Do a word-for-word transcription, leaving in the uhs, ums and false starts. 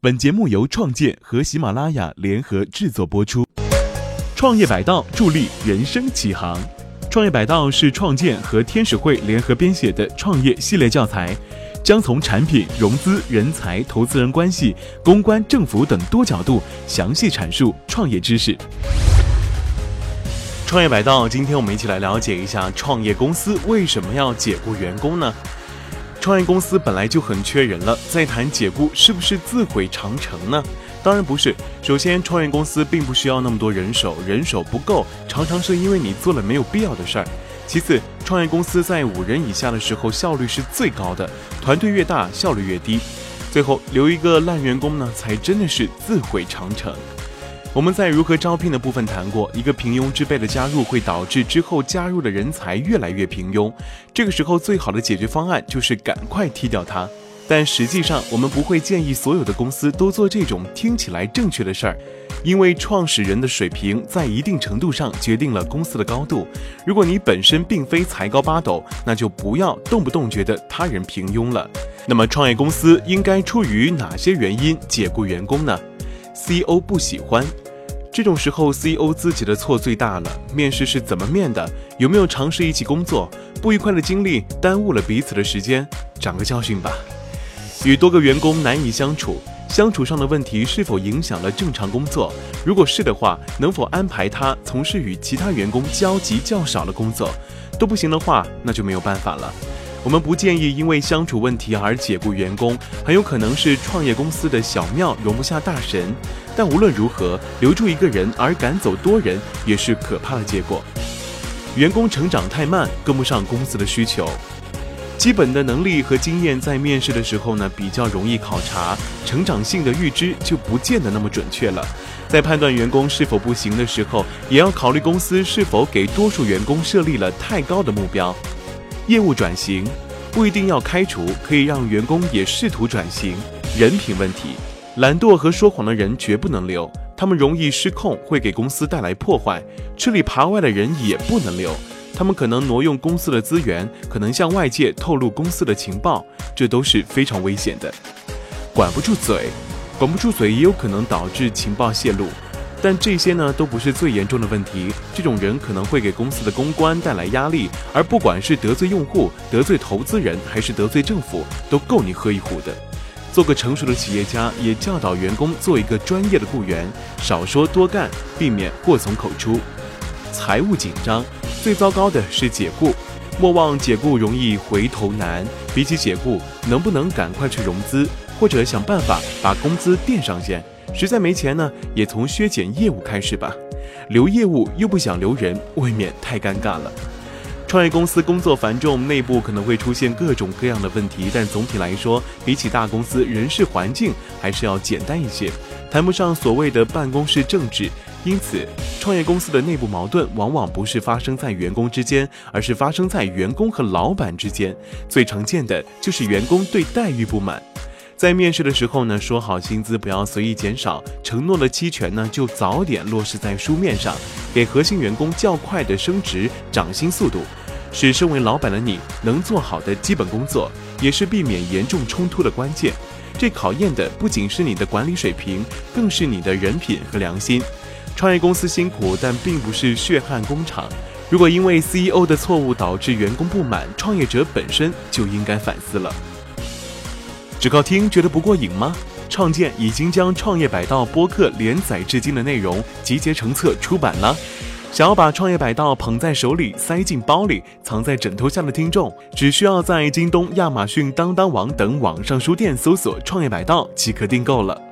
本节目由创建和喜马拉雅联合制作播出。创业百道，助力人生起航。创业百道是创建和天使会联合编写的创业系列教材，将从产品、融资、人才、投资人关系、公关、政府等多角度详细阐述创业知识。创业百道，今天我们一起来了解一下创业公司为什么要解雇员工呢？创业公司本来就很缺人了，再谈解雇是不是自毁长城呢？当然不是。首先，创业公司并不需要那么多人手，人手不够，常常是因为你做了没有必要的事儿。其次，创业公司在五人以下的时候效率是最高的，团队越大效率越低。最后，留一个烂员工呢，才真的是自毁长城。我们在如何招聘的部分谈过，一个平庸之辈的加入会导致之后加入的人才越来越平庸。这个时候最好的解决方案就是赶快踢掉他。但实际上我们不会建议所有的公司都做这种听起来正确的事儿，因为创始人的水平在一定程度上决定了公司的高度。如果你本身并非才高八斗，那就不要动不动觉得他人平庸了。那么创业公司应该出于哪些原因解雇员工呢？ C E O 不喜欢，这种时候 C E O 自己的错最大了。面试是怎么面的？有没有尝试一起工作？不愉快的经历耽误了彼此的时间，长个教训吧。与多个员工难以相处，相处上的问题是否影响了正常工作？如果是的话，能否安排他从事与其他员工交集较少的工作？都不行的话，那就没有办法了。我们不建议因为相处问题而解雇员工，很有可能是创业公司的小庙容不下大神。但无论如何，留住一个人而赶走多人也是可怕的结果。员工成长太慢，跟不上公司的需求。基本的能力和经验在面试的时候呢比较容易考察，成长性的预知就不见得那么准确了。在判断员工是否不行的时候，也要考虑公司是否给多数员工设立了太高的目标。业务转型不一定要开除，可以让员工也试图转型。人品问题，懒惰和说谎的人绝不能留，他们容易失控，会给公司带来破坏。吃里扒外的人也不能留，他们可能挪用公司的资源，可能向外界透露公司的情报，这都是非常危险的。管不住嘴，管不住嘴也有可能导致情报泄露。但这些呢都不是最严重的问题，这种人可能会给公司的公关带来压力，而不管是得罪用户、得罪投资人还是得罪政府，都够你喝一壶的。做个成熟的企业家，也教导员工做一个专业的雇员，少说多干，避免祸从口出。财务紧张，最糟糕的是解雇，莫忘解雇容易回头难，比起解雇，能不能赶快去融资，或者想办法把工资垫上线？实在没钱呢，也从削减业务开始吧。留业务又不想留人，未免太尴尬了。创业公司工作繁重，内部可能会出现各种各样的问题，但总体来说，比起大公司，人事环境还是要简单一些，谈不上所谓的办公室政治。因此，创业公司的内部矛盾往往不是发生在员工之间，而是发生在员工和老板之间。最常见的就是员工对待遇不满。在面试的时候呢，说好薪资不要随意减少，承诺的期权呢就早点落实在书面上，给核心员工较快的升职涨薪速度，是身为老板的你能做好的基本工作，也是避免严重冲突的关键。这考验的不仅是你的管理水平，更是你的人品和良心。创业公司辛苦，但并不是血汗工厂。如果因为 C E O 的错误导致员工不满，创业者本身就应该反思了。只靠听觉得不过瘾吗？创建已经将创业百道播客连载至今的内容集结成册出版了。想要把创业百道捧在手里，塞进包里，藏在枕头下的听众，只需要在京东、亚马逊、当当网等网上书店搜索创业百道即可订购了。